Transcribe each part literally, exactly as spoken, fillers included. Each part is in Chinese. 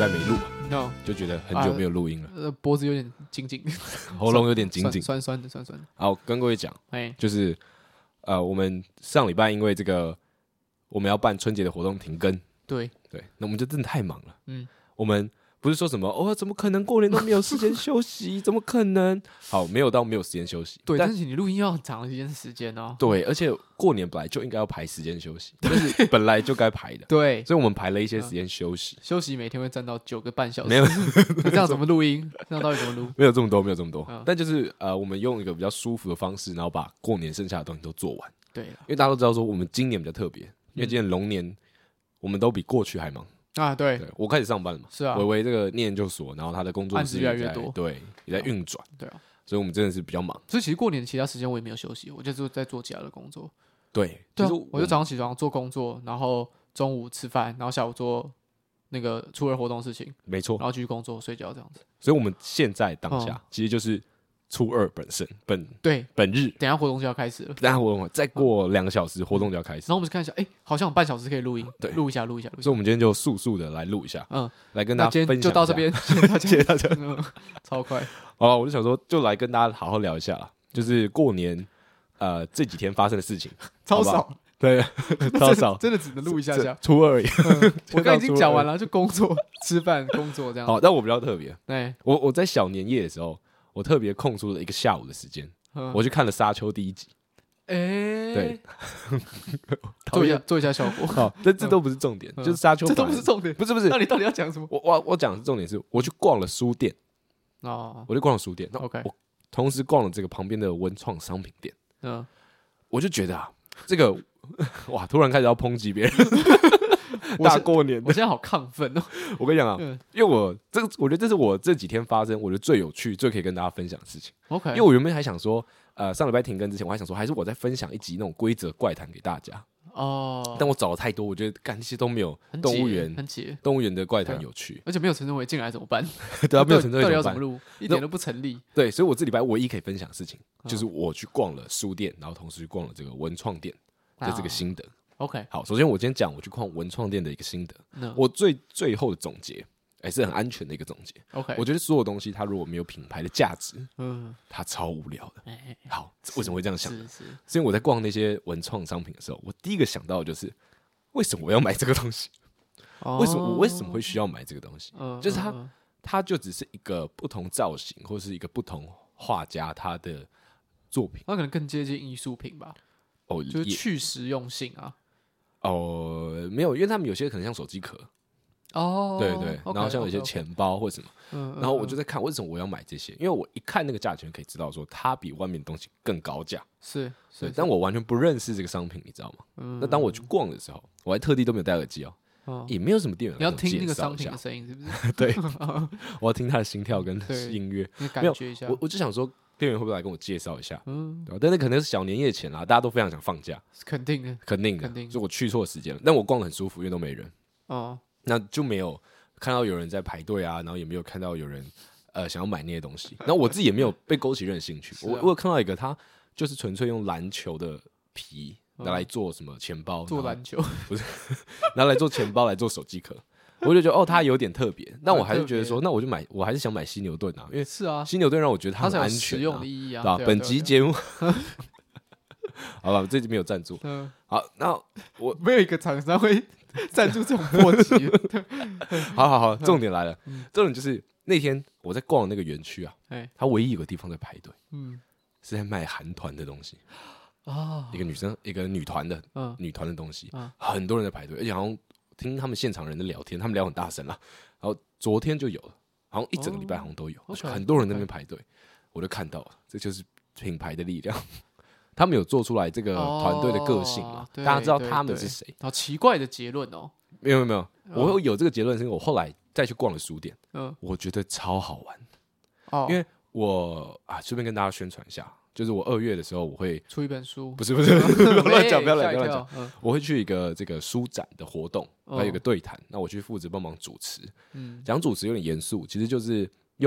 拜没录嘛， no 就觉得很久没有录音了， 呃，脖子有点紧紧， 喉咙有点紧紧， 酸酸的酸酸的。 好，跟各位讲， 哎， 就是呃，我们上礼拜因为这个我们要办春节的活动停更， 对对，那我们就真的太忙了， 嗯， 我们不是说什么哦，怎么可能过年都没有时间休息？怎么可能？好，没有到没有时间休息， 对， 但但是你录音要很长的一件时间哦。 对，而且过年本来就应该要排时间休息，这是本来就该排的， 对， 所以我们排了一些时间休息， 休息每天会占到九个半小时， 没有那这样怎么录音？这样到底怎么录？ 没有这么多，没有这么多， 嗯但就是呃，我们用一个比较舒服的方式，然后把过年剩下的东西都做完。 对了因为大家都知道说我们今年比较特别，因为今年龙年我们都比过去还忙。 啊，对， 对，我开始上班了嘛， 是啊维维这个念研究所，然后他的工作案子越来室也在越多对，也在运转， 对啊， 所以我们真的是比较忙。 所以其实过年其他时间我也没有休息，我就是在做其他的工作。 对， 对啊就是， 我就早上起床做工作，然后中午吃饭，然后下午做那个初二活动的事情， 没错然，后继续工作睡觉这样子。 所以我们现在当下嗯其实就是初二本身本对， 本日， 等一下活动就要开始了， 等下活动再过两个小时活动就要开始然，后我们就看一下，哎，好像有半小时可以录音， 对录一下，录一下，录一下。 所以我们今天就速速的来录一下， 嗯， 来跟大那今天家分享一下。 就到这边，谢谢大家， 谢谢大家。 嗯超快。 好了，我就想说，就来跟大家好好聊一下啦，就是过年呃这几天发生的事情， 超好不好少， 对，超少， 真的只能录一下下。 初二而已。 我刚才已经讲完了，就工作、吃饭、工作这样。 好，但我比较特别， 哎， 我我在小年夜的时候，我特别空出了一个下午的时间， 嗯我去看了《沙丘》第一集。 哎， 对， 做一下做一下效果， 好，但这都不是重点， 嗯就是《沙丘》 这都本来不是重点。 不是不是那，你到底要讲什么？ 我我我讲的是重点是，我去逛了书店， 哦我就逛了书店，那 ，OK， 我同时逛了这个旁边的文创商品店， 嗯， 我就觉得啊，这个哇，突然开始要抨击别人， 我是大过年的， 我现在好亢奋哦。 我跟你讲啊， 嗯因为我这个，我觉得这是我这几天发生我觉得最有趣、最可以跟大家分享的事情。 OK， 因为我原本还想说，呃，上礼拜停更之前，我还想说，还是我再分享一集那种规则怪谈给大家。 哦， 但我找了太多，我觉得干这些都没有很解动物园很解， 动物园的怪谈对啊有趣， 而且没有陈正伟进来怎么办？ 对啊，没有陈到底正伟怎么办？ 要怎么录？一点都不成立。 对，所以我这礼拜唯一可以分享的事情， 嗯就是我去逛了书店，然后同时去逛了这个文创店的这个心得。 OK， 好，首先我今天讲我去逛文创店的一个心得， 那我最最后的总结，也是很安全的一个总结。 OK， 我觉得所有东西它如果没有品牌的价值， 嗯， 它超无聊的。 哎，哎好，为什么会这样想？ 是是， 是因为我在逛那些文创商品的时候，我第一个想到的就是，为什么我要买这个东西？为什么我为什么会需要买这个东西？ 哦？嗯就是它嗯嗯它就只是一个不同造型，或是一个不同画家他的作品它可能更接近艺术品吧， 哦， 就是也去实用性啊。 哦没有，因为他们有些可能像手机壳， 哦， 对对， OK， 然后像有些 OK，OK， 钱包或什么， 嗯，嗯然后我就嗯在看为什么我要买这些，因为我一看那个价钱可以知道说它比外面的东西更高价， 是对， 是， 但我完全不认识这个商品，你知道吗？ 嗯那当我去逛的时候，我还特地都没有戴耳机哦， 哦也没有什么店员你要来跟我听那个介绍一下商品的声音，是不是？ 对，我要听他的心跳跟对音乐， 你没有感觉一下我，我就想说店员会不会来跟我介绍一下， 嗯， 对吧？但是可能是小年夜前啦，大家都非常想放假， 肯定的， 肯定的， 肯定所以我去错时间了，但我逛的很舒服，因为都没人， 哦， 那就没有看到有人在排队啊，然后也没有看到有人呃想要买那些东西，然后我自己也没有被勾起任何兴趣。 是啊我我有看到一个，他就是纯粹用篮球的皮拿来做什么钱包，然后做篮球， 拿来做钱包，来做手机壳，我就觉得哦，它有点特别。但我还是蛮特别觉得说，那我就买，我还是想买犀牛盾啊，因为是啊， 犀牛盾让我觉得它才有很安全、 实用啊， 的意义啊， 对吧？ 对啊本集，节目，好吧，这集没有赞助。 对啊嗯， 好，那我没有一个厂商会赞助这种破题， 好好好，重点来了， 嗯重点就是那天我在逛那个园区啊， 哎， 它唯一有个地方在排队， 嗯是在卖韩团的东西， 啊一，个女生，一个女团的嗯女团的东西嗯， 很多人在排队，而且好像听他们现场人的聊天，他们聊很大声啦。然后昨天就有了，好像一整个礼拜好像都有， 哦 OK， 很多人在那边排队，我就看到了，这就是品牌的力量。他们有做出来这个团队的个性嘛哦？对大家知道对对他们是谁？ 好奇怪的结论哦， 没有没有没有，我会有这个结论是因为我后来再去逛了书店， 嗯， 我觉得超好玩。 哦， 因为我啊，顺便跟大家宣传一下，就是我二月的时候我会出一本书， 不是不是乱讲，不要乱不要乱讲，， 嗯我会去一个这个书展的活动， 哦还有一个对谈，那我去负责帮忙主持。 嗯讲主持有点严肃，其实就是用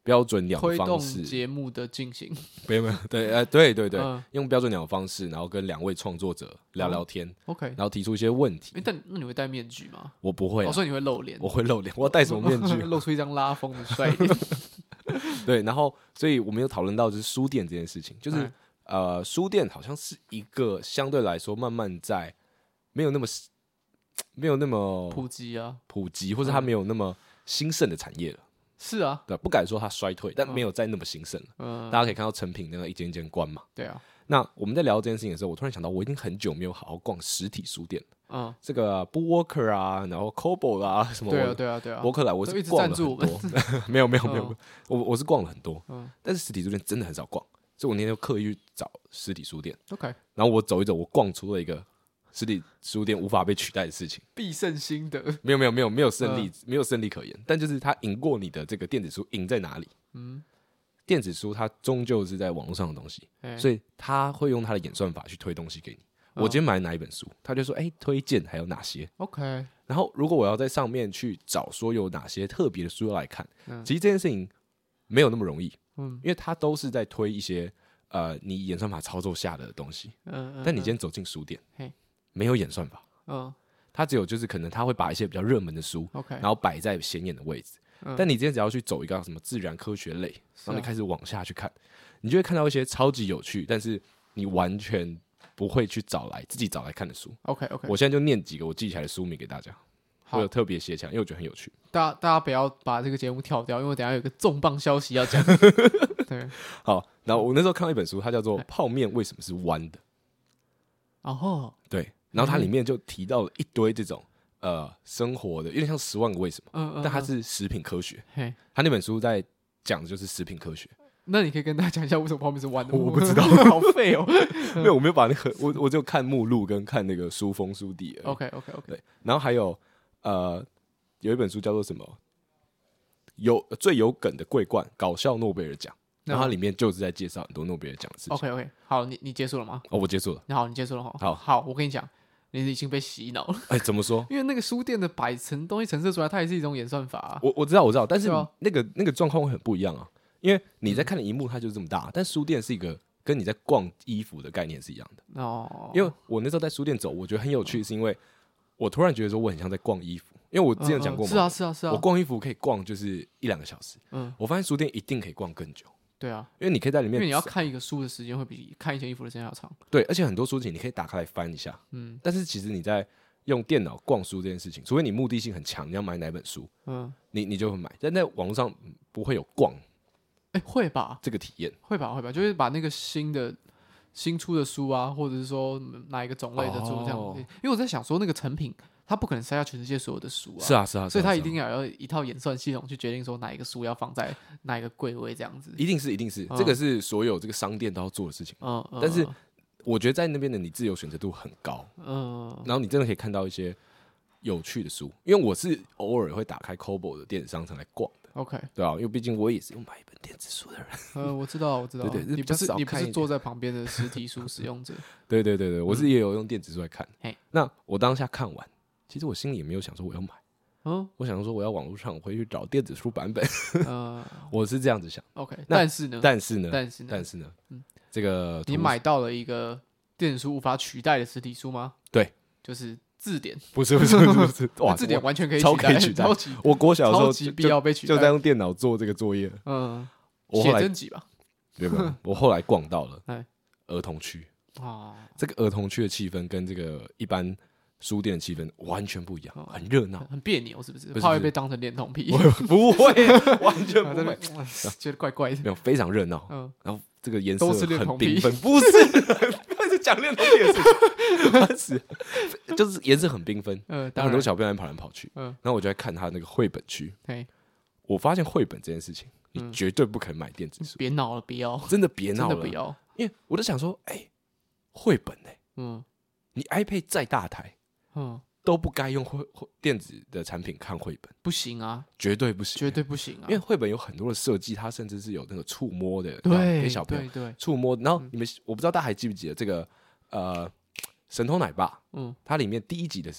标准鸟的推动方式， 节目的进行， 没有没有，对，呃，对对对， 嗯用标准鸟的方式，然后跟两位创作者聊聊天， OK， 然后提出一些问题。 哎，但那你会戴面具吗？ 我不会啊， 哦，所以你会露脸， 我会露脸，我要戴什么面具？ 露出一张拉风的帅脸。 对，然后所以我们有讨论到就是书店这件事情，就是、 哎呃，书店好像是一个相对来说慢慢在没有那么没有那么普及啊， 普及，或者它没有那么兴盛的产业了。 是啊， 对，不敢说它衰退，但没有再那么兴盛了。 嗯， 大家可以看到成品那个一间一间关嘛。 对啊， 那我们在聊这件事情的时候，我突然想到，我已经很久没有好好逛实体书店了。 嗯， 这个 Bookwalker 啊，然后 Kobo 啊，什么对啊， 我对啊，对啊， 博客来，我都一直是逛了赞助我很多，没有没有没有， 嗯我我是逛了很多， 嗯但是实体书店真的很少逛，所以我那天就刻意去找实体书店， ，OK， 然后我走一走，我逛出了一个实体书店无法被取代的事情。 必胜心得， 没有没有没有没有胜利， 嗯没有胜利可言，但就是它赢过你的这个电子书，赢在哪里？ 嗯， 电子书它终究是在网络上的东西， 哎所以它会用它的演算法去推东西给你。我今天买哪一本书，他就说，哎、推荐还有哪些？ OK， 然后如果我要在上面去找说有哪些特别的书要来看， 嗯其实这件事情没有那么容易， 嗯因为它都是在推一些呃你演算法操作下的东西。 嗯嗯， 但你今天走进书店嘿， 没有演算法， 嗯它只有就是可能它会把一些比较热门的书， OK， 然后摆在显眼的位置。 嗯但你今天只要去走一个什么自然科学类， 是啊然后你开始往下去看，你就会看到一些超级有趣，但是你完全不会去找来自己找来看的书。 OK OK， 我现在就念几个我记起来的书名给大家， 好我有特别写起来，因为我觉得很有趣。 大家大家不要把这个节目跳掉，因为我等一下有个重磅消息要讲。对， 好，然后我那时候看到一本书，它叫做《泡面为什么是弯的》。 哦， 对，然后它里面就提到了一堆这种呃生活的，有点像《十万个为什么》， 嗯嗯， 但它嗯是食品科学。 嘿， 他那本书在讲的就是食品科学。 那你可以跟大家讲一下为什么泡面是弯的吗？ 我不知道好废哦。 没有，我没有把那个，我我只有看目录跟看那个书封书底而已。 OK OK OK， 对，然后还有呃有一本书叫做什么有最有梗的桂冠搞笑诺贝尔奖，然后它里面就是在介绍很多诺贝尔奖的事情。 OK OK，好，你你结束了吗？ 哦，我结束了。 你好，你结束了哈。 好好，我跟你讲，你已经被洗脑了， 哎，怎么说？ 因为那个书店的摆成东西陈设出来，它也是一种演算法啊。 我我知道我知道，但是对啊那个那个状况会很不一样啊，因为你在看的荧幕它就是这么大，但书店是一个跟你在逛衣服的概念是一样的。 哦， 因为我那时候在书店走，我觉得很有趣，是因为我突然觉得说我很像在逛衣服，因为我之前讲过嘛， 嗯嗯是啊是啊是啊， 我逛衣服可以逛就是一两个小时， 嗯， 我发现书店一定可以逛更久， 对啊， 因为你可以在里面因为你要看一个书的时间会比看一件衣服的时间要长。 对，而且很多书籍你可以打开来翻一下， 嗯但是其实你在用电脑逛书这件事情，除非你目的性很强，你要买哪本书， 嗯， 你你就会买，但在网络上嗯不会有逛哎，会吧？ 这个体验。 会吧，会吧，就是把那个新的新出的书啊，或者是说哪一个种类的书这样子。 哦因为我在想说，那个成品它不可能筛下全世界所有的书啊， 是啊是啊， 所以它一是啊是啊定要有一套演算系统去决定说哪一个书要放在哪一个柜位这样子。 一定是一定是， 嗯这个是所有这个商店都要做的事情。 嗯，嗯但是我觉得在那边的你自由选择度很高， 嗯然后你真的可以看到一些有趣的书，因为我是偶尔会打开 Kobo 的电子商城来逛的， ，OK， 对啊，因为毕竟我也是用买一本电子书的人。 嗯，我知道，我知道， 对对你不是比较少你不是看一点坐在旁边的实体书使用者， 对对对对，我是也有用电子书来看。 嘿那我当下看完，其实我心里也没有想说我要买， 嗯我想说我要网络上我会去找电子书版本， 嗯我是这样子想。 ，OK， 那但是呢， 但是呢， 但是呢， 但是呢， 嗯这个你图买到了一个电子书无法取代的实体书吗？ 对， 就是字典， 不是不是不是不是，哇， 字典我完全可以超取代， 可以取代超级我国小的时超级必候就就要被取代， 就在用电脑做这个作业， 嗯，写我后来真集吧， 对吧？我后来逛到了哎儿童区， 啊， 这个儿童区的气氛跟这个一般书店的气氛完全不一样， 哦很热闹。 很别扭，是不是？ 不是怕会被当成恋童癖， 不会，完全不会啊在那，边哇觉得怪怪的。 没有非常热闹。 嗯， 然后这个颜色都是恋很童癖缤纷，不是，不是讲恋童癖的事情，不是，就是颜色很缤纷， 呃， 然后很多当然， 小朋友在跑来跑去。 嗯， 然后我就在看他那个绘本区， 嘿， 我发现绘本这件事情，你嗯绝对不可能买电子书， 别闹了，不要， 真的别真闹了， 的不要， 因为我就想说，哎，绘本哎， 嗯你 iPad 再大台嗯， 都不该用绘绘电子的产品看绘本， 不行啊， 绝对不行， 绝对不行啊因为，绘本有很多的设计，它甚至是有那个触摸的， 对， 给小朋友对对， 触摸。然后你们，我不知道大家还记不记得这个呃，神偷奶爸， 嗯它里面第一集的时候，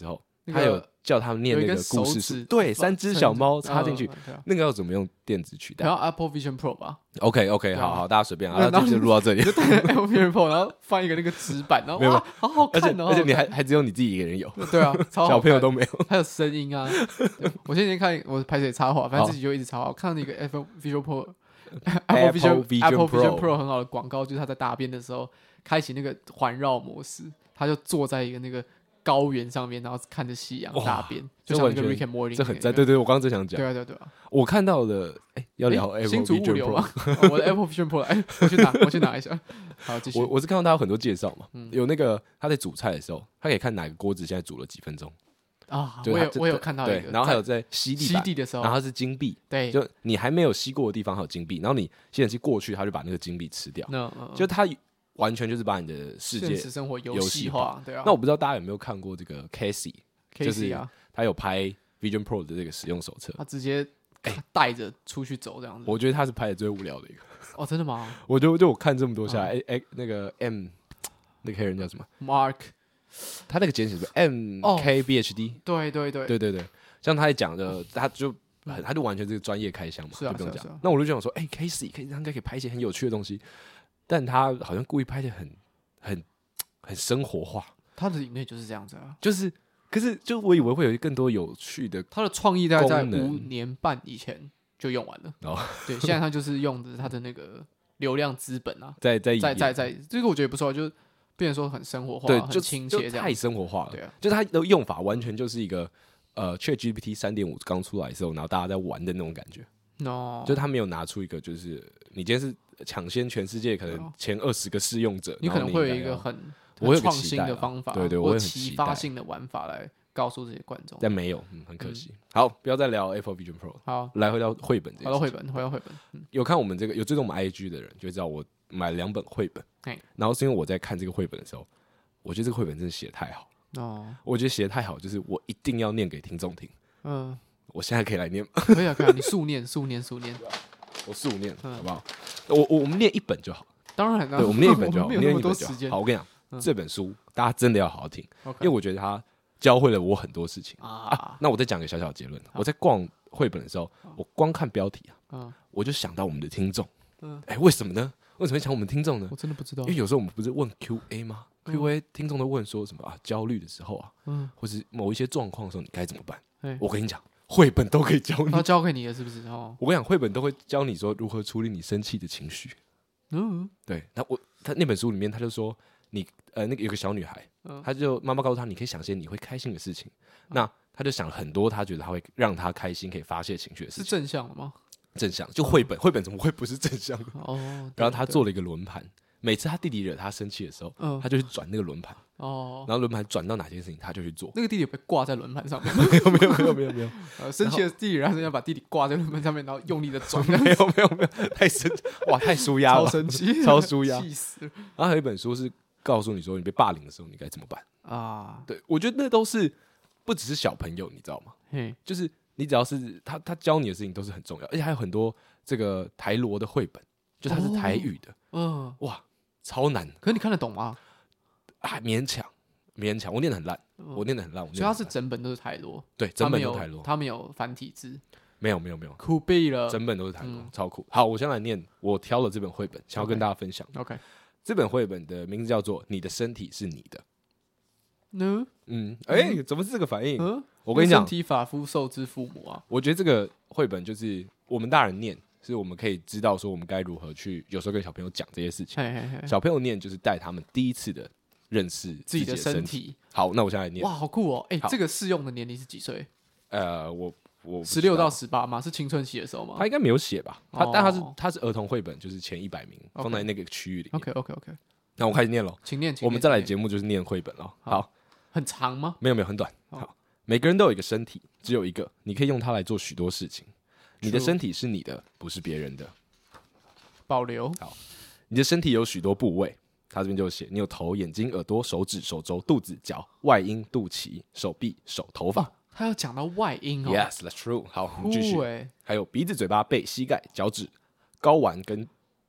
那他有个叫他们念那个故事书，对，三只小猫插进去， 嗯啊、 那个要怎么用电子取代？ 然后 Apple Vision Pro 吧。 OK OK， 好好，大家随便啊， 然后就录到这里。 就带 Apple Vision Pro， 然后放一个那个纸板，然后哇，好好看哦！ 而且你还还只有你自己一个人有， 对啊，超好看， 小朋友都没有。 还有声音啊！我前几天看我拍谁插画，反正自己就一直插画，看到那个 Apple Vision Pro。Apple Vision Apple Vision Pro 很好的广告，就是他在大便的时候开启那个环绕模式，他就坐在一个那个高原上面，然后看着夕阳大便，就像那个 Rick and Morty， 这很赞。对对，我刚刚正想讲。 对啊对啊对啊， 我看到了，哎，要聊 Apple Vision Pro 吗？我的 Apple Vision Pro， 哎，我去拿，我去拿一下。好，继续。 我我是看到他有很多介绍嘛，有那个他在煮菜的时候，他可以看哪个锅子现在煮了几分钟。 啊，我有我有看到一个， 然后还有在吸地吸地的时候， 然后它是金币， 对， 就你还没有吸过的地方还有金币，然后你吸尘器过去，它就把那个金币吃掉， no, uh, 就它完全就是把你的世界现实生活游戏化，对啊。 那我不知道大家有没有看过这个 Casey， Casey 啊， 他有拍 Vision Pro 的这个使用手册， 他直接带着出去走这样子。 我觉得他是拍的最无聊的一个。 哦，真的吗？ 我就就我看这么多下来，哎哎、嗯，那个 M 那个黑人叫什么 ？Mark。 他那个简写是 M K B H D，、 哦、对对对对对对，像他在讲的，他就很，他就完全是个专业开箱嘛， 是啊、 就不用讲。 啊啊、 那我就想说，哎、欸、，Casey， 可以，他应该可以拍一些很有趣的东西，但他好像故意拍的很很很生活化。 他的影片就是这样子啊， 就是，可是就我以为会有更多有趣的， 他的创意大概在五年半以前就用完了。哦，对，现在他就是用的他的那个流量资本啊， 在在在在在，这个我觉得不错，就。变成说很生活化， 对， 很亲切，这样太生活化了。 对啊， 就它的用法完全就是一个呃 ，ChatGPT 三点五刚出来的时候，然后大家在玩的那种感觉。 哦， 就他没有拿出一个，就是你今天是抢先全世界可能前二十个试用者， 你可能会有一个很创新的方法， 对对， 或启发性的玩法来告诉这些观众。 但没有，嗯，很可惜。好，不要再聊 Apple Vision Pro。 好， 来回到绘本这件事。 回到绘本，回到绘本。 有看我们这个有追踪我们 I G 的人，就知道我买了两本绘本。然后是因为我在看这个绘本的时候。我觉得这个绘本真的写得太好哦！我觉得写得太好，就是我一定要念给听众听。嗯，我现在可以来念吗？ 可以啊，可以啊，你速念，速念，速念。 我速念，嗯、好不好？我我我们念一本就好。 当然了， 对，我们念一本就好， 我们念一本就好。 好，我跟你讲，嗯、这本书大家真的要好好听， okay. 因为我觉得它教会了我很多事情 啊, 啊。那我再讲个小小的结论。我在逛绘本的时候，我光看标题啊，嗯、我就想到我们的听众。嗯，哎，为什么呢？为什么想我们听众呢？ 我真的不知道， 因为有时候我们不是问 Q A 吗？ Q A 听众都问说什么啊？焦虑的时候啊，嗯，或是某一些状况的时候，你该怎么办？我跟你讲，绘本都可以教你， 他教给你的是不是？哦， 我跟你讲，绘本都会教你说如何处理你生气的情绪。嗯，对，他我他那本书里面他就说，你呃那个有个小女孩，嗯、他就妈妈告诉她，你可以想些你会开心的事情。嗯、那他就想了很多，他觉得他会让他开心，可以发泄情绪的事情。 是正向的吗？ 正向，就绘本，绘本怎么会不是正向的？哦，然后他做了一个轮盘。每次他弟弟惹他生气的时候，嗯、他就去转那个轮盘，哦，然后轮盘转到哪件事情，他就去做。 那个弟弟被挂在轮盘上面， 没有没有没有没有没有。 呃，生气的弟弟，然后要把弟弟挂在轮盘上面，然后用力的转。 没有没有没有，太生哇，太舒压了， 超生气， 超舒压， 气死了。 然后还有一本书是告诉你说，你被霸凌的时候你该怎么办啊？对，我觉得那都是不只是小朋友，你知道吗？嘿，就是你只要是他他教你的事情都是很重要，而且还有很多这个台罗的绘本，就它是台语的，嗯、哦，哇。超难， 可是你看得懂吗？ 还勉强，勉强。我念得很烂，嗯、我念得很烂。 所以它是整本都是台罗， 对，整本都是台罗。 他们有繁体字？ 没有，没有，没有， 酷毙了！ 整本都是台罗，嗯、超酷。好，我先来念，我挑了这本绘本，想要跟大家分享。 OK，, okay. 这本绘本的名字叫做《你的身体是你的》。 嗯嗯，哎、欸，怎么是这个反应？嗯、我跟你讲，身体发肤受之父母啊。 我觉得这个绘本就是我们大人念。是我们可以知道说我们该如何去，有时候跟小朋友讲这些事情。嘿嘿嘿，小朋友念就是带他们第一次的认识自己的身体。身体好，那我现在来念。 哇，好酷哦！哎、欸，这个适用的年龄是几岁？ 呃，我我十六到十八吗？是青春期的时候吗？ 他应该没有写吧？他、哦、但他是他是儿童绘本，就是前一百名放在那个区域里面。 OK OK OK。 那我开始念了， 请念，请念。 我们再来节目就是念绘本了。好，好很长吗？ 没有没有，很短。好，每个人都有一个身体，只有一个，你可以用它来做许多事情。你的身体是你的，不是别人的。 保留好，你的身体有许多部位，他这边就写，你有头、眼睛、耳朵、手指、手肘、肚子、脚、外阴、肚脐、手臂、手、头发。哦、 他要讲到外阴哦。 Yes, that's true。好，我们继续。还有鼻子、嘴巴、背、膝盖、脚趾、睾丸跟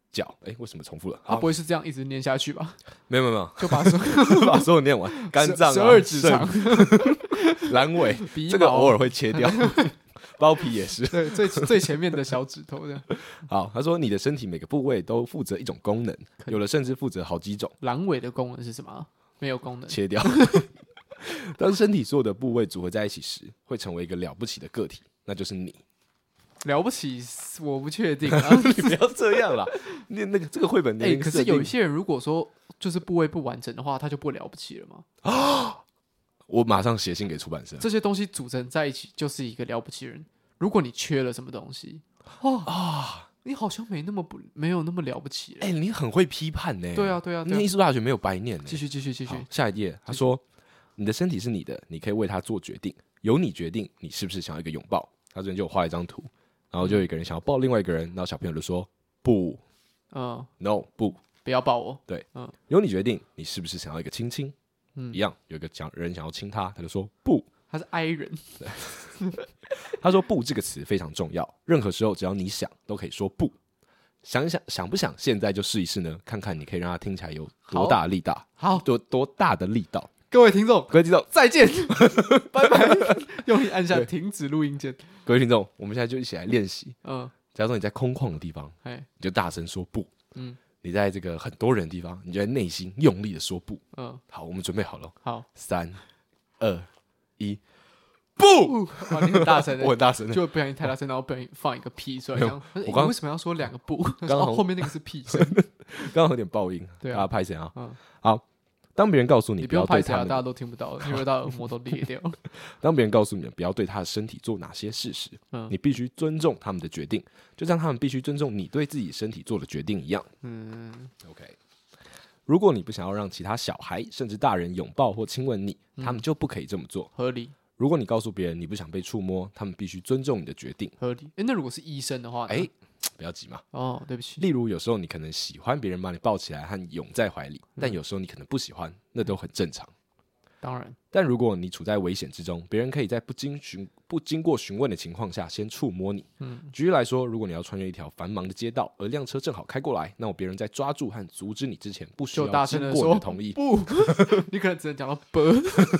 脚，哎、欸，为什么重复了？ 他、啊、不会是这样一直念下去吧？ 没有没有没有， 就把所有把所有念完，肝脏、啊、 十二指肠、 阑尾，这个偶尔会切掉。包皮也是， 对，最最前面的小指头这样。 好，他说你的身体每个部位都负责一种功能，有的甚至负责好几种。 阑尾的功能是什么？没有功能， 切掉。当身体所有的部位组合在一起时，会成为一个了不起的个体，那就是你。 了不起，我不确定、啊。 你不要这样啦！那那个这个绘本，哎、 欸，可是有一些人如果说就是部位不完整的话，他就不了不起了吗？ 啊！我马上写信给出版社。 这些东西组成在一起就是一个了不起人。如果你缺了什么东西，哦啊，你好像没那么不没有那么了不起。 哎、欸，你很会批判呢。 对啊，对啊， 念艺术大学没有白念。 继续，继续，继续。 下一页，他说：“你的身体是你的，你可以为它做决定，由你决定你是不是想要一个拥抱。”他这边就画了一张图，然后就有一个人想要抱另外一个人，然后小朋友就说：“不，嗯 ，no， 不， 不要抱我。” 对，嗯，由你决定你是不是想要一个亲亲。嗯，一样，有一个讲人想要亲他，他就说不， 他是 I 人。 他说不这个词非常重要，任何时候只要你想，都可以说不。想一想，想不想现在就试一试呢？看看你可以让他听起来有多大的力道， 好， 多多大的力道。 各位听众， 各位听众， 再见，拜拜。用力按下停止录音键。 各位听众，我们现在就一起来练习。嗯，假如说你在空旷的地方，你就大声说不。嗯。你在这个很多人的地方，你就在内心用力的说不。嗯，好，我们准备好了。 好， 三、二、一，不！ 啊，你很大声， 我很大声， 就不小心太大声，然后不小心放一个屁出来。我刚刚为什么要说两个不？刚好后面那个是屁声， 刚刚有点爆音。对啊，大家拍谁啊？嗯，好。当别人告诉你你不要对他们，大家都听不到，因为他耳膜都裂掉。 当别人告诉你不要对他的身体做哪些事时，嗯、你必须尊重他们的决定，就像他们必须尊重你对自己身体做的决定一样。嗯 ，OK。如果你不想要让其他小孩甚至大人拥抱或亲吻你，嗯、他们就不可以这么做。 合理。 如果你告诉别人你不想被触摸，他们必须尊重你的决定。 合理。欸、那如果是医生的话呢， 哎。不要急嘛。 哦，对不起。 例如，有时候你可能喜欢别人把你抱起来和拥在怀里，嗯、但有时候你可能不喜欢，那都很正常。 当然， 但如果你处在危险之中，别人可以在不经询不经过询问的情况下先触摸你。嗯，举例来说，如果你要穿越一条繁忙的街道，而辆车正好开过来，那么别人在抓住和阻止你之前，不需要经过你的同意。 不，你可能只能讲到不，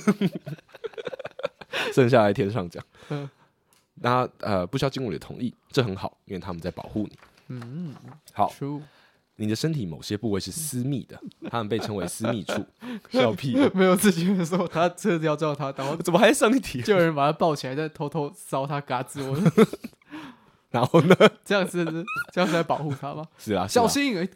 剩下来天上讲。嗯。那呃，不需要经过你的同意，这很好，因为他们在保护你。嗯，好。True. 你的身体某些部位是私密的，他们被称为私密处。笑屁！ 没有自己的时候，他车子要照他，然后怎么还上一题？ 就有人把他抱起来，再偷偷搔他嘎吱窝。 然后呢？ 这样是这样是在保护他吗？ 是啊， 小心！哎、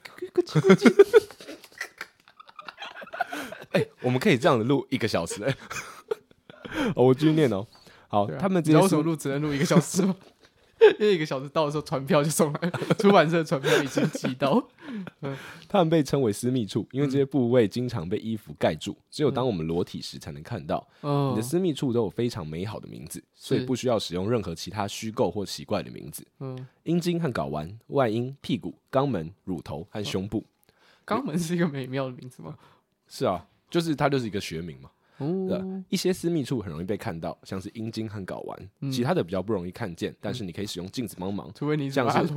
欸，我们可以这样子录一个小时哎、欸哦。我继续念哦。好，啊、他们直接为什么录只能录一个小时吗？因为一个小时到的时候，传票就送来，出版社的传票已经寄到。 嗯、他们被称为私密处，因为这些部位经常被衣服盖住，只有当我们裸体时才能看到。嗯、你的私密处都有非常美好的名字，所以不需要使用任何其他虚构或奇怪的名字。嗯，阴茎和睾丸、外阴、屁股、肛门、乳头和胸部。 肛门是一个美妙的名字吗？ 是啊，就是它就是一个学名嘛。哦、一些私密处很容易被看到，像是阴茎和睾丸，嗯、其他的比较不容易看见，但是你可以使用镜子帮忙， 除非你像是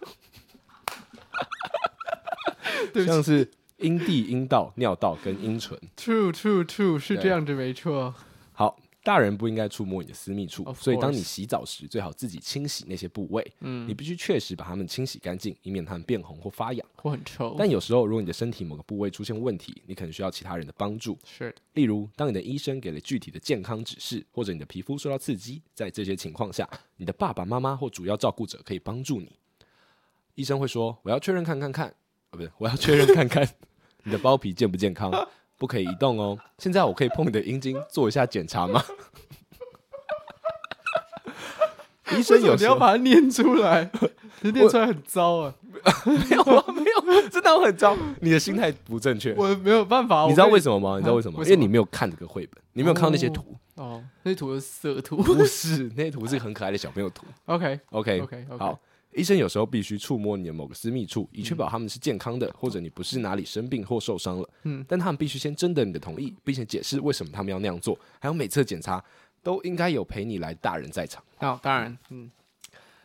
对像是阴蒂、阴道、尿道跟阴唇。 True, true, true， 是这样子，没错。 好，大人不应该触摸你的私密处，所以当你洗澡时，最好自己清洗那些部位。嗯，你必须确实把它们清洗干净，以免它们变红或发痒或很臭。 但有时候，如果你的身体某个部位出现问题，你可能需要其他人的帮助。 是， 例如，当你的医生给了具体的健康指示，或者你的皮肤受到刺激，在这些情况下，你的爸爸妈妈或主要照顾者可以帮助你。医生会说：“我要确认看看看，啊，不是，我要确认看看你的包皮健不健康。”不可以移动哦。现在我可以碰你的阴茎做一下检查吗？医生有时候你要把它念出来，你念出来很糟啊。 没有啊，没有，真的很糟。你的心态不正确， 我没有办法。 你知道为什么吗？你知道为什么吗？因为你没有看这个绘本，你没有看到那些图。 哦，那些图是色图， 不是，那些图是很可爱的小朋友图。 OK OK OK， 好。医生有时候必须触摸你的某个私密处，以确保他们是健康的，嗯、或者你不是哪里生病或受伤了。嗯，但他们必须先征得你的同意，并且解释为什么他们要那样做。还有每次检查都应该有陪你来大人在场。 哦，当然，嗯，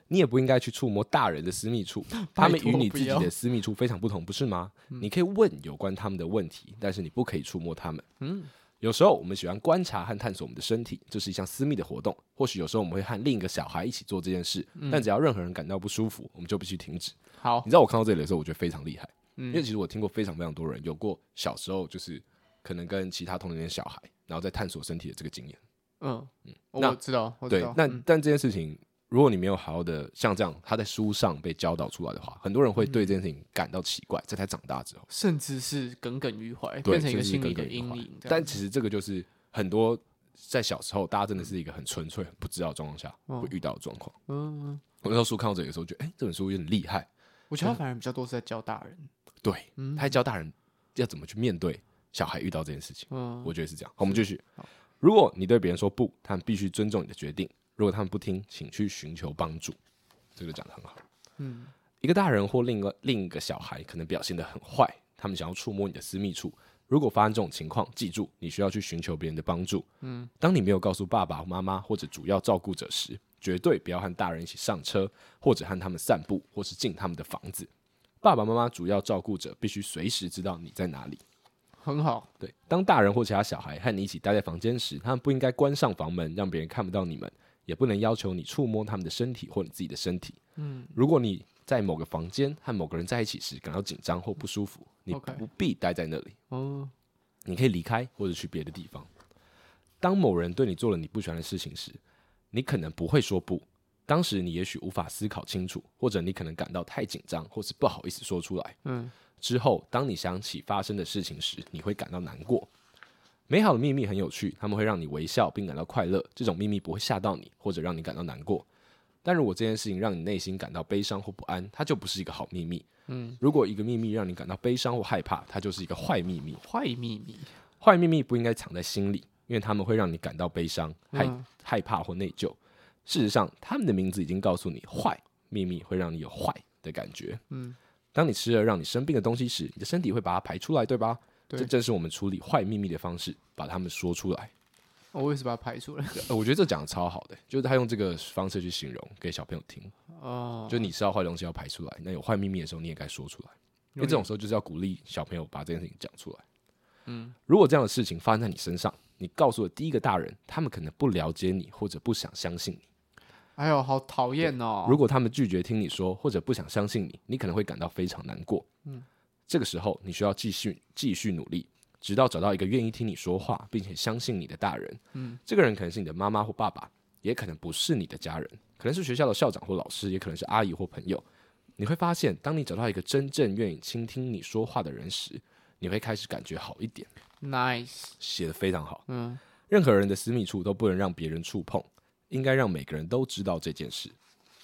你也不应该去触摸大人的私密处，他们与你自己的私密处非常不同，不是吗？嗯、你可以问有关他们的问题，但是你不可以触摸他们。嗯，有时候我们喜欢观察和探索我们的身体，这是一项私密的活动。或许有时候我们会和另一个小孩一起做这件事，嗯、但只要任何人感到不舒服，我们就必须停止。 好， 你知道我看到这里的时候，我觉得非常厉害，嗯、因为其实我听过非常非常多人有过小时候就是可能跟其他同龄的小孩，然后在探索身体的这个经验。 嗯嗯，我知道，我知道。 对，那、嗯、但这件事情，如果你没有好好的像这样，他在书上被教导出来的话，很多人会对这件事情感到奇怪，在他长大之后， 甚至是耿耿于怀，变成一个心理的阴影。 但其实这个就是很多在小时候，大家真的是一个很纯粹、很不知道的状况下会遇到的状况。嗯嗯，我那时候书看到这里的时候，觉得哎、欸，这本书有点厉害。 我觉得他反而比较多是在教大人， 对，嗯、他在教大人要怎么去面对小孩遇到这件事情。嗯，我觉得是这样。好，我们继续。如果你对别人说不，他们必须尊重你的决定。如果他们不听，请去寻求帮助。这个讲得很好。嗯，一个大人或另一个另一个小孩可能表现得很坏，他们想要触摸你的私密处。如果发生这种情况，记住你需要去寻求别人的帮助。嗯，当你没有告诉爸爸妈妈或者主要照顾者时，绝对不要和大人一起上车，或者和他们散步，或是进他们的房子。爸爸妈妈主要照顾者必须随时知道你在哪里。 很好， 对。当大人或其他小孩和你一起待在房间时，他们不应该关上房门，让别人看不到你们，也不能要求你触摸他们的身体或你自己的身体。嗯，如果你在某个房间和某个人在一起时感到紧张或不舒服，你不必待在那里。哦，你可以离开或者去别的地方。当某人对你做了你不喜欢的事情时，你可能不会说不。当时你也许无法思考清楚，或者你可能感到太紧张，或是不好意思说出来。嗯。之后，当你想起发生的事情时，你会感到难过。美好的秘密很有趣，它们会让你微笑并感到快乐。这种秘密不会吓到你，或者让你感到难过。但如果这件事情让你内心感到悲伤或不安，它就不是一个好秘密。嗯，如果一个秘密让你感到悲伤或害怕，它就是一个坏秘密。 坏秘密， 坏秘密不应该藏在心里，因为它们会让你感到悲伤、害、嗯、害怕或内疚。事实上，他们的名字已经告诉你，坏秘密会让你有坏的感觉。嗯。当你吃了让你生病的东西时，你的身体会把它排出来，对吧？对，这正是我们处理坏秘密的方式，把它们说出来。 我、哦、为什么把它排出来？ 我觉得这讲的超好的，就是他用这个方式去形容给小朋友听。哦，就你吃到坏东西要排出来，那有坏秘密的时候你也该说出来，因为这种时候就是要鼓励小朋友把这件事情讲出来。嗯，如果这样的事情发生在你身上，你告诉了第一个大人，他们可能不了解你，或者不想相信你。 哎呦，好讨厌哦！ 如果他们拒绝听你说，或者不想相信你，你可能会感到非常难过。嗯，这个时候你需要继续继续努力，直到找到一个愿意听你说话，并且相信你的大人。嗯，这个人可能是你的妈妈或爸爸，也可能不是你的家人，可能是学校的校长或老师，也可能是阿姨或朋友。你会发现，当你找到一个真正愿意倾听你说话的人时，你会开始感觉好一点。 Nice， 写得非常好。嗯，任何人的私密处都不能让别人触碰。应该让每个人都知道这件事。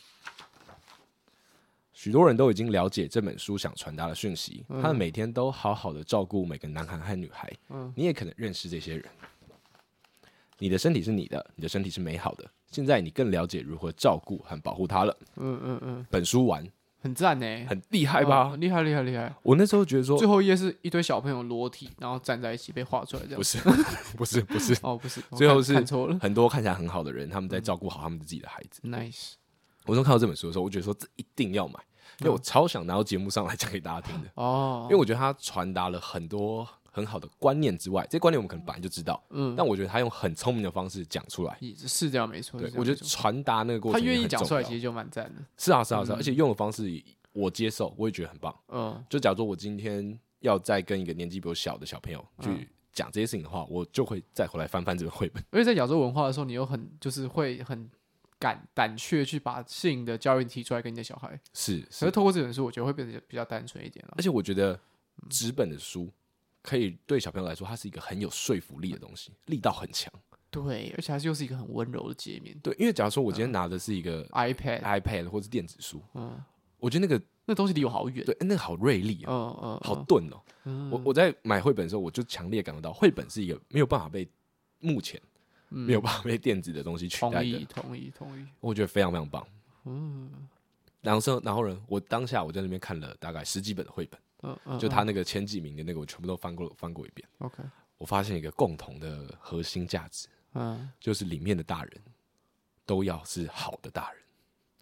许多人都已经了解这本书想传达的讯息，嗯、他们每天都好好的照顾每个男孩和女孩。嗯、你也可能认识这些人。你的身体是你的，你的身体是美好的。现在你更了解如何照顾和保护它了。嗯嗯嗯。本书完， 很赞呢， 很厉害吧？ 哦、厉害厉害厉害！ 我那时候觉得说， 最后一页是一堆小朋友裸体，然后站在一起被画出来，这样不是不是不是哦，不是， 最后是看错了， 很多看起来很好的人，他们在照顾好他们自己的孩子。 Nice。 我从看到这本书的时候，我觉得说这一定要买，因为我超想拿到节目上来讲给大家听的哦。因为我觉得它传达了很多很好的观念之外，这些观念我们可能本来就知道，嗯，但我觉得他用很聪明的方式讲出来， 是这样没错。 对，我觉得传达那个过程， 他愿意讲出来，其实就蛮赞的。 是啊是啊是啊，而且用的方式我接受，我也觉得很棒。嗯，就假如说我今天要再跟一个年纪比我小的小朋友去讲这些事情的话，我就会再回来翻翻这本绘本。 而且在亚洲文化的时候，你又很就是会很敢胆怯去把性的教育提出来跟你的小孩。 是， 可是透过这本书，我觉得会变得比较单纯一点了。 而且我觉得纸本的书可以对小朋友来说，它是一个很有说服力的东西，力道很强。 对，而且它又是一个很温柔的界面。 对，因为假如说我今天拿的是一个 iPad、 嗯、iPad 或是电子书，嗯，我觉得那个那东西离我好远， 对，那个好锐利、啊，嗯嗯，好钝哦、喔嗯。我我在买绘本的时候，我就强烈感受到，绘本是一个没有办法被目前、嗯、没有办法被电子的东西取代的。同意，同意，同意。 我觉得非常非常棒。嗯，然后然后呢，我当下我在那边看了大概十几本的绘本。嗯嗯，就他那个前几名的那个，我全部都翻过翻过一遍。 OK， 我发现一个共同的核心价值，嗯，就是里面的大人都要是好的大人。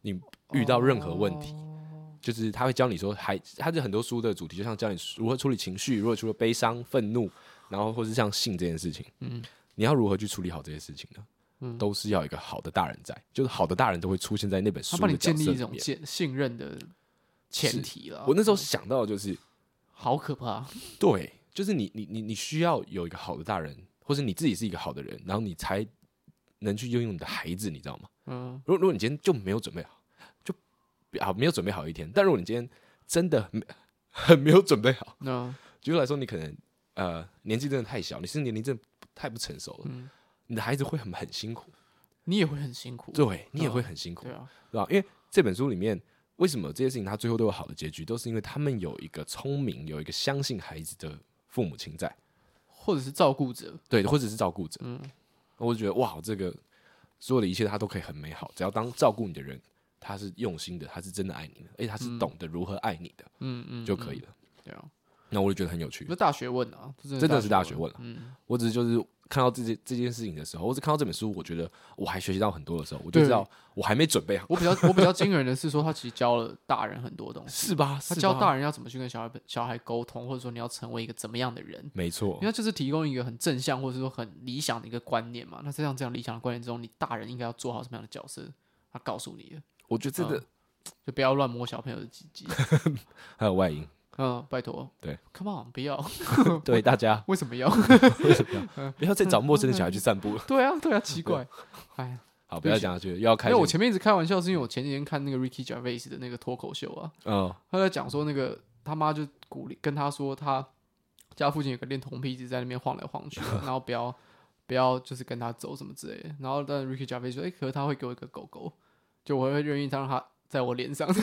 你遇到任何问题，哦、就是他会教你说，还他就很多书的主题，就像教你如何处理情绪，如何处理悲伤、愤怒，然后或是像性这件事情，嗯，你要如何去处理好这些事情呢？嗯，都是要有一个好的大人在，就是好的大人都会出现在那本书的角色里面，他帮你建立一种信任的前提了。 我那时候想到的就是， 好可怕， 对，就是你你你你需要有一个好的大人，或是你自己是一个好的人，然后你才能去拥有你的孩子，你知道吗？嗯，如果如果你今天就没有准备好，就好没有准备好一天，但如果你今天真的很没有准备好，嗯，举例来说，你可能呃年纪真的太小，你是年龄真的太不成熟了。嗯，你的孩子会很很辛苦， 你也会很辛苦， 对你也会很辛苦，对啊，对吧？因为这本书里面，为什么这些事情他最后都有好的结局，都是因为他们有一个聪明、有一个相信孩子的父母亲在， 或者是照顾者， 对，或者是照顾者。嗯，我就觉得哇，这个所有的一切他都可以很美好，只要当照顾你的人，他是用心的，他是真的爱你的，而且他是懂得如何爱你的，嗯嗯，就可以了。对啊，那我就觉得很有趣， 这大学问啊， 真的是大学问了。嗯，我只是就是。看到这件这件事情的时候，或者看到这本书，我觉得我还学习到很多的时候，我就知道我还没准备好。 我比较我比较惊人的是说，他其实教了大人很多东西， 是吧？ 他教大人要怎么去跟小孩小孩沟通，或者说你要成为一个怎么样的人， 没错。 因为他就是提供一个很正向或者说很理想的一个观念嘛。那这样这样理想的观念之中，你大人应该要做好什么样的角色？他告诉你的， 我觉得这个、嗯、 就不要乱摸小朋友的鸡鸡， 还有外阴。 嗯，拜托， 对 ，Come on， 不要， 对大家为什么要？ 为什么要？不要再找陌生的小孩去散步了。 对啊，对啊，奇怪。哎， 好，不要讲下去，又要开。 因为我前面一直开玩笑，是因为我前几天看那个 Ricky Gervais 的那个脱口秀啊，嗯，他在讲说那个他妈就鼓励跟他说，他家附近有个恋童癖一直在那边晃来晃去，然后不要不要就是跟他走什么之类的。然后但 Ricky Gervais 说，哎、欸，可是他会给我一个狗狗，就我会愿意让他在我脸上。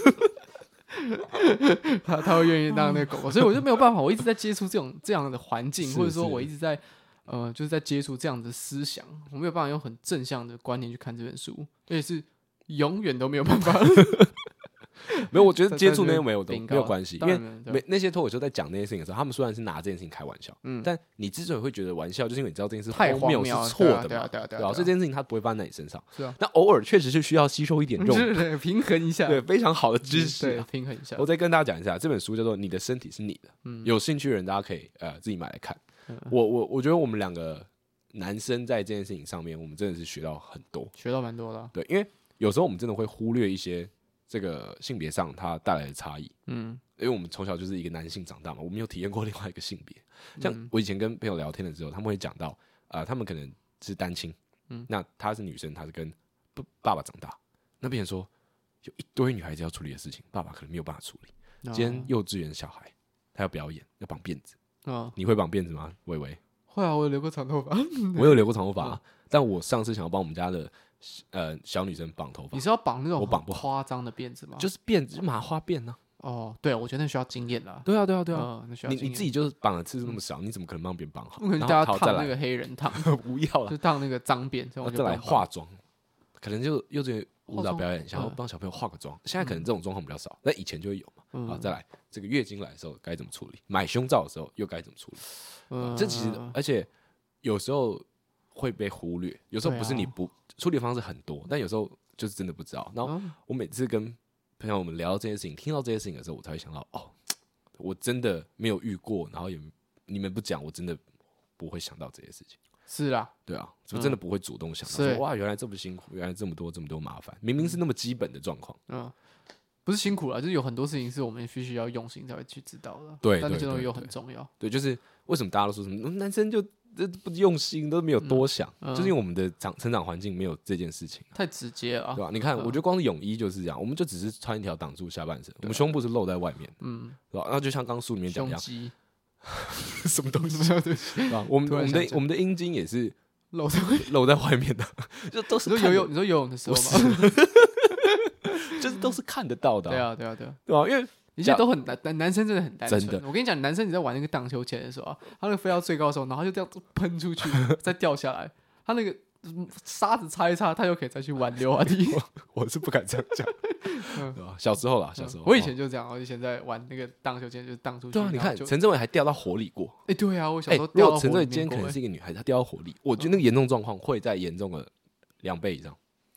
他他会愿意当那个狗狗，所以我就没有办法，我一直在接触这种这样的环境，或者说我一直在呃就是在接触这样的思想，我没有办法用很正向的观念去看这本书，而且是永远都没有办法。 没有，我觉得接触那些没有都没有关系，因为没那些脱口秀在讲那些事情的时候，他们虽然是拿这件事情开玩笑，嗯，但你之所以会觉得玩笑，就是因为你知道这件事太荒谬是错的嘛， 对啊对啊对啊，所以这件事情它不会发生在你身上， 是啊。 那偶尔确实是需要吸收一点肉， 对，平衡一下， 对，非常好的知识， 对，平衡一下。 我再跟大家讲一下，这本书叫做《你的身体是你的》，嗯，有兴趣的人大家可以呃自己买来看。我我我觉得我们两个男生在这件事情上面，我们真的是学到很多， 学到蛮多的。 对，因为有时候我们真的会忽略一些。这个性别上它带来的差异，嗯，因为我们从小就是一个男性长大嘛，我们有体验过另外一个性别。像我以前跟朋友聊天的时候，他们会讲到，啊、呃，他们可能是单亲，嗯，那她是女生，她是跟爸爸长大，那别人说有一堆女孩子要处理的事情，爸爸可能没有办法处理。哦、今天幼稚园小孩他要表演，要绑辫子，哦，你会绑辫子吗？微微会啊，我有留过长头发， 我有留过长头发、啊，但我上次想要帮我们家的。呃，小女生绑头发， 你是要绑那种我绑不夸张的辫子吗？ 就是辫子，就麻花辫呢、 啊。哦，对，我觉得那需要经验啦。 对啊，对啊，对啊， 嗯、 你你自己就是绑的次数那么少，你怎么可能帮别人绑好？ 然后大家烫那个黑人烫， 不要了， 就烫那个脏辫， 然后再来化妆，可能就幼稚园舞蹈表演，想要帮小朋友化个妆。现在可能这种状况比较少，但以前就会有嘛。嗯、好，再来这个月经来的时候该怎么处理？买胸罩的时候又该怎么处理？嗯，这其实而且有时候。会被忽略，有时候不是你不、啊、处理的方式很多，但有时候就是真的不知道。然后我每次跟朋友们聊到这件事情，听到这些事情的时候，我才会想到，哦，我真的没有遇过，然后也你们不讲，我真的不会想到这些事情。 是啊， 对啊，我真的不会主动想到说、嗯、哇，原来这么辛苦，原来这么多这么多麻烦，明明是那么基本的状况。嗯， 不是辛苦啦，就是有很多事情是我们必须要用心才会去知道的。 对， 但这东西又很重要。 对，就是为什么大家都说什么男生就。这不用心，都没有多想，嗯嗯、就是因为我们的长成长环境没有这件事情， 太直接了、啊， 对吧？你看，嗯、我觉得光是泳衣就是这样，我们就只是穿一条挡住下半身，我们胸部是露在外面，嗯，对吧？然后就像刚书里面讲一样，什么东西？对吧？我们我们的我们的阴茎也是露在露在外面的，就都是你说游泳，你说游泳的时候吗？ 就是都是看得到的、 啊，对啊，对啊，对啊， 对吧？因为。 一切都很单，男生真的很单纯。 真的， 我跟你讲，男生你在玩那个荡秋千的时候啊，他那个飞到最高的时候，然后就这样喷出去，再掉下来，他那个沙子擦一擦，他又可以再去玩溜滑梯。 我, 我是不敢这样讲，嗯、对吧？小时候啦，小时候， 我以前就这样，我以前在玩那个荡秋千，就是荡出去。 对啊，你看陈政伟还掉到火里过。 哎、欸，对啊，我小时候掉到火里面过、欸。如果陈政伟今天可能是一个女孩子，她掉到火里，我觉得那个严重状况会再严重了两倍以上。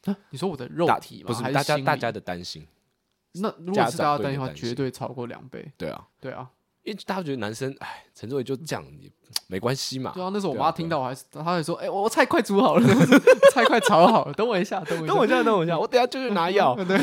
啊、你说我的肉体吗？ 不是大家大家的担心。 那如果是大家担心的话，绝对超过两倍。 对啊， 对啊， 因为大家觉得男生，哎，陈作伟就这样，也没关系嘛。 对啊，那时候我妈听到我还是，她还说：“哎、欸，我菜快煮好了，菜快炒好了，等我一下，等我一下， 等我一下，等我一下，我等一下就去拿药。”对，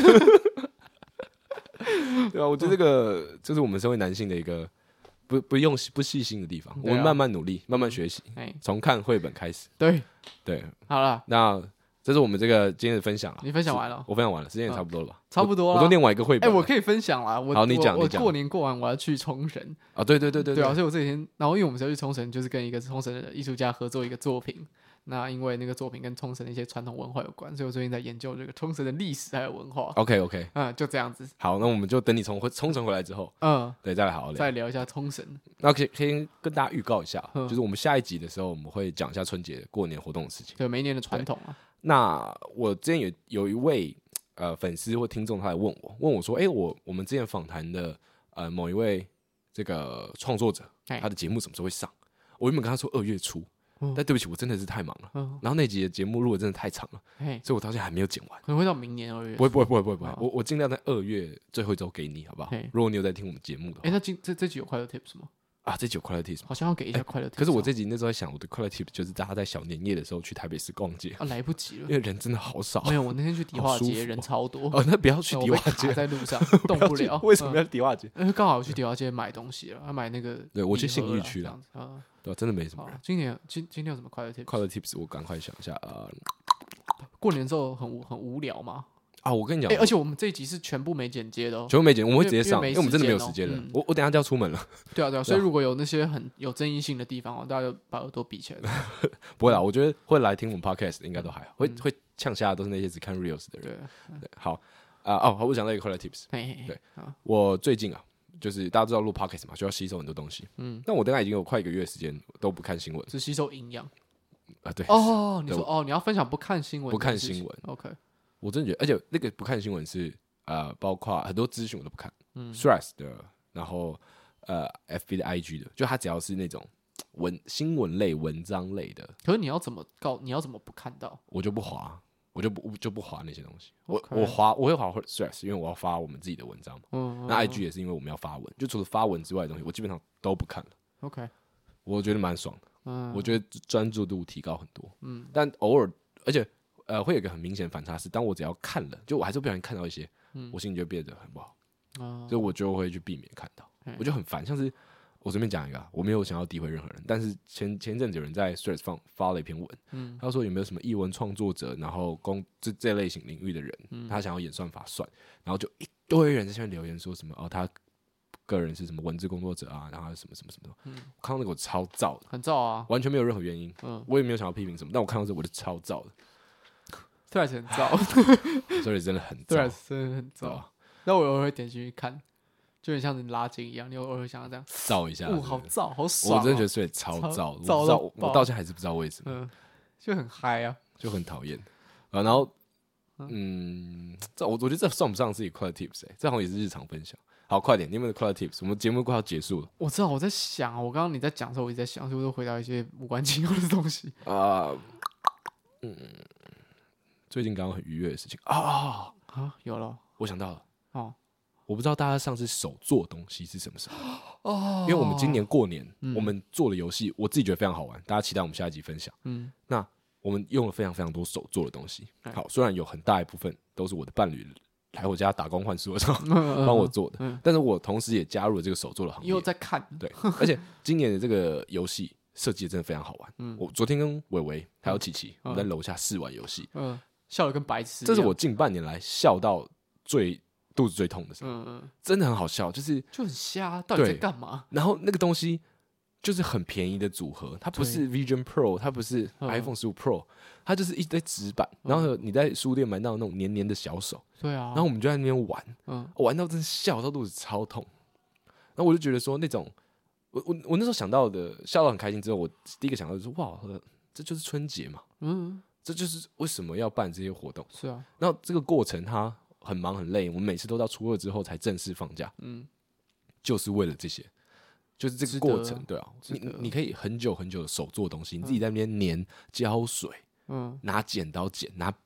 对啊，我觉得这个这是我们身为男性的一个不不用不细心的地方。我们慢慢努力，慢慢学习，从看绘本开始。 对对， 好了， 那。这是我们这个今天的分享了。 你分享完了， 我分享完了，时间也差不多了吧？ 差不多了， 我都念完一个绘本。 哎，我可以分享啦。我好，你讲， 我过年过完我要去冲绳啊！对对对对对啊！所以我这几天，然后因为我们是要去冲绳，就是跟一个冲绳的艺术家合作一个作品。那因为那个作品跟冲绳的一些传统文化有关，所以我最近在研究这个冲绳的历史还有文化。 OK OK， 嗯，就这样子。 好，那我们就等你从冲绳回来之后，嗯，对，再来好好聊， 再聊一下冲绳。 那可以可以跟大家预告一下，嗯、就是我们下一集的时候，我们会讲一下春节过年活动的事情。 对，每一年的传统啊。 那我之前有有一位呃粉丝或听众，他来问我，问我说：“哎、欸，我我们之前访谈的呃某一位这个创作者，他的节目什么时候会上？”我原本跟他说二月初。嗯、但对不起，我真的是太忙了。嗯、然后那集的节目录的真的太长了，所以我到现在还没有剪完。 可能会到明年二月。 不会，不会，不会，不会，不会。我我尽量在二月最后一周给你，好不好？如果你有在听我们节目的话， 哎、欸，那今这这集有快乐 tips 吗？ 啊，这集有快乐 tips， 好像要给一下快乐 tips、欸。 可是我这集那时候在想，我的快乐 tips 就是大家在小年夜的时候去台北市逛街啊，来不及了， 因为人真的好少。 没有，我那天去迪化街，人超多。 哦，那不要去迪化街， 在路上动不了。 为什么要迪化街？ 因为刚好去迪化街买东西了，要买那个。 对，我去信义区了。啊，对，真的没什么人。 今年今今天有什么快乐 tips？ 快乐 tips， 我赶快想一下啊。 过年之后很很无聊吗？ 啊，我跟你讲、 欸，而且我们这一集是全部没剪接的哦， 全部没剪，我们会直接上，因为我们真的没有时间了。嗯、我我等一下就要出门了。 对啊，对啊，所以如果有那些很有争议性的地方哦，大家就把耳朵闭起来。 不会啦，我觉得会来听我们 podcast 应该都还好，会、嗯、会呛下都是那些只看 reels 的人。对，嗯、对好啊、呃、哦，我想到一个快乐 tips。 嘿嘿对，我最近啊，就是大家知道录 podcast 嘛，就要吸收很多东西。嗯，但我大概已经有快一个月时间都不看新闻， 是吸收营养啊。对哦，你说哦，你要分享不看新闻， 不看新闻 ，OK。 我真的觉得，而且那个不看新闻是呃，包括很多资讯我都不看，嗯 ，Threads 的，然后呃 ，F B 的 I G 的，就它只要是那种文新闻类、文章类的。 可是你要怎么告？你要怎么不看到？ 我就不滑，我就不就不滑那些东西。Okay. 我我滑我会滑 Threads， 因为我要发我们自己的文章嘛。嗯, 嗯。那 I G 也是因为我们要发文，就除了发文之外的东西，我基本上都不看了。 OK。 我觉得蛮爽的。嗯。我觉得专注度提高很多。嗯。但偶尔，而且。呃，会有一个很明显的反差是，当我只要看了，就我还是不小心看到一些，嗯、我心里就变得很不好，嗯、所以我就会去避免看到，嗯、我就很烦。像是我随便讲一个，我没有想要诋毁任何人，但是前前阵子有人在 Threads 放发了一篇文，嗯、他说有没有什么艺文创作者，然后公这这类型领域的人，嗯、他想要演算法算，然后就一堆人在下面留言说什么哦，他个人是什么文字工作者啊，然后什么什么什么，嗯、我看到那个我超燥的， 很燥啊， 完全没有任何原因，嗯、我也没有想要批评什么，但我看到这我就超燥的。 Threads 很燥， 所以真的很燥 ，Threads 真的很燥。那我偶尔会点进去看，就很像你拉筋一样，你偶尔会想要这样燥一下。 哦，好燥，好爽、喔！ 我真的觉得Threads超燥，我到我到现在还是不知道为什么， 嗯、就很嗨啊， 就很讨厌啊。然后，嗯，这我我觉得这算不上是一个快乐 tips 哎、欸，这好像也是日常分享。好，快点，你们的快乐 tips， 我们节目快要结束了。 我知道我在想，我刚刚你在讲的时候，我一直在想，所以我都回答一些无关紧要的东西啊、呃， 嗯。最近刚刚很愉悦的事情啊啊，有了， 我想到了哦，我不知道大家上次手做东西是什么时候哦，因为我们今年过年、嗯、我们做的游戏，我自己觉得非常好玩，大家期待我们下一集分享。嗯，那我们用了非常非常多手做的东西，好，虽然有很大一部分都是我的伴侣来我家打工换宿的时候帮我做的，嗯、但是我同时也加入了这个手做的行业。 因为在看， 对，而且今年的这个游戏设计的真的非常好玩。嗯，我昨天跟伟伟还有琪琪、嗯、我们在楼下试玩游戏。嗯。 笑得跟白痴一样， 这是我近半年来笑到最肚子最痛的时候，嗯嗯，真的很好笑，就是就很瞎，到底在干嘛？ 然后那个东西就是很便宜的组合，它不是 Vision Pro， 它不是 iPhone 十五 Pro， 它就是一堆纸板，然后你在书店买到那种黏黏的小手， 对啊， 然后我们就在那边玩，嗯，玩到真的笑到肚子超痛，然后我就觉得说那种，我我我那时候想到的笑到很开心之后，我第一个想到就是哇，这就是春节嘛，嗯。这就是为什么要办这些活动。 是啊， 然后这个过程它很忙很累，我们每次都到初二之后才正式放假。嗯，就是为了这些，就是这个过程，对啊，你你可以很久很久的手做东西，你自己在那边粘胶水，嗯，拿剪刀剪，拿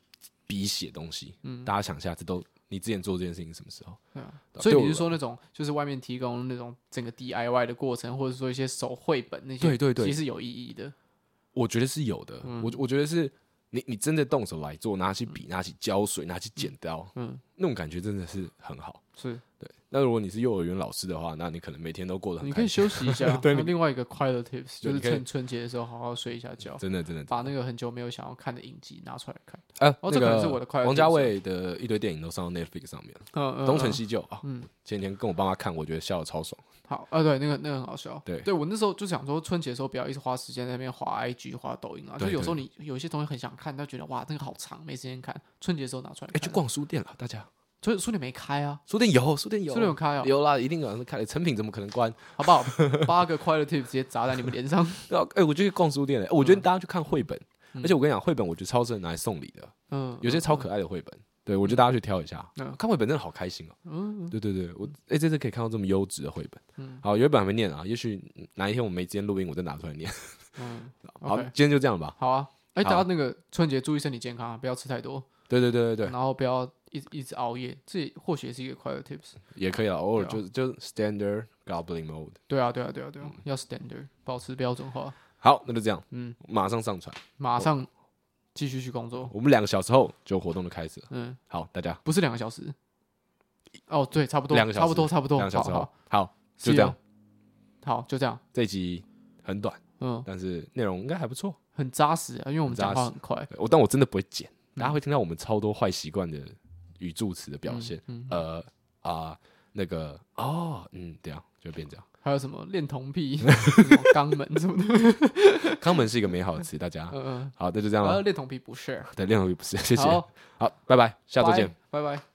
笔写东西，嗯，大家想一下，这都你之前做这件事情什么时候？ 对啊，所以你是说那种就是外面提供那种整个 D I Y 的过程，或者说一些手绘本那些， 对对对， 其实是有意义的。 我觉得是有的，嗯、我我觉得是你你真的动手来做，拿起笔、拿起胶水、拿起剪刀，嗯，那种感觉真的是很好。 是对。那如果你是幼儿园老师的话，那你可能每天都过得很开心， 你可以休息一下。 对， 另外一个快乐 tips 就是趁春节的时候好好睡一下觉， 真的真的， 把那个很久没有想要看的影集拿出来看。 啊， 哦，这可能是我的快乐。 王家卫的一堆电影都上到 Netflix 上面了， 嗯嗯， 东成西就啊，嗯，前几天跟我爸妈看，我觉得笑得超爽。 好啊，对，那个那个很好笑。 对， 对我那时候就想说，春节的时候不要一直花时间在那边滑 I G、滑抖音啊，就有时候你有一些东西很想看，但觉得哇，那个好长，没时间看。春节的时候拿出来看， 哎，去逛书店了，大家。 所以书店没开啊？ 书店有，书店有， 书店有开啊？ 有啦，一定有人开的。成品怎么可能关？ 好不好？八个快乐 tip 直接砸在你们脸上。 对啊，哎，我就去逛书店了。我觉得大家去看绘本，而且我跟你讲，绘本我觉得超适合拿来送礼的。嗯，有些超可爱的绘本，对我觉得大家去挑一下。嗯，看绘本真的好开心哦。嗯，对对对，我哎这次可以看到这么优质的绘本。嗯，好，有一本还没念啊，也许哪一天我没时间录音，我再拿出来念。嗯，好，今天就这样吧。 好啊，哎，大家那个春节注意身体健康啊，不要吃太多。 对对对对对， 然后不要一一直熬夜，这或许也是一个快乐 tips， 也可以啊，偶尔就就 standard goblin mode。 对啊对啊对啊对啊，要 standard 保持标准化。 好，那就这样，嗯，马上上传， 马上继续去工作。 我们两个小时后就活动就开始了。嗯，好，大家不是两个小时，哦对，差不多， 两个小时， 差不多差不多， 两个小时后，好， 就这样，好，就这样。 这一集很短，嗯，但是内容应该还不错， 很扎实啊，因为我们讲话很快。 我但我真的不会剪。大家会听到我们超多坏习惯的语助词的表现，嗯嗯、呃啊、呃、那个哦嗯，这样就会变这样。 还有什么恋童癖、肛门什么的？ 肛门是一个美好的词，大家。嗯嗯，好，那就这样了。 恋童癖不是， 对，恋童癖不是，谢谢。好，拜拜，下周见， 拜拜。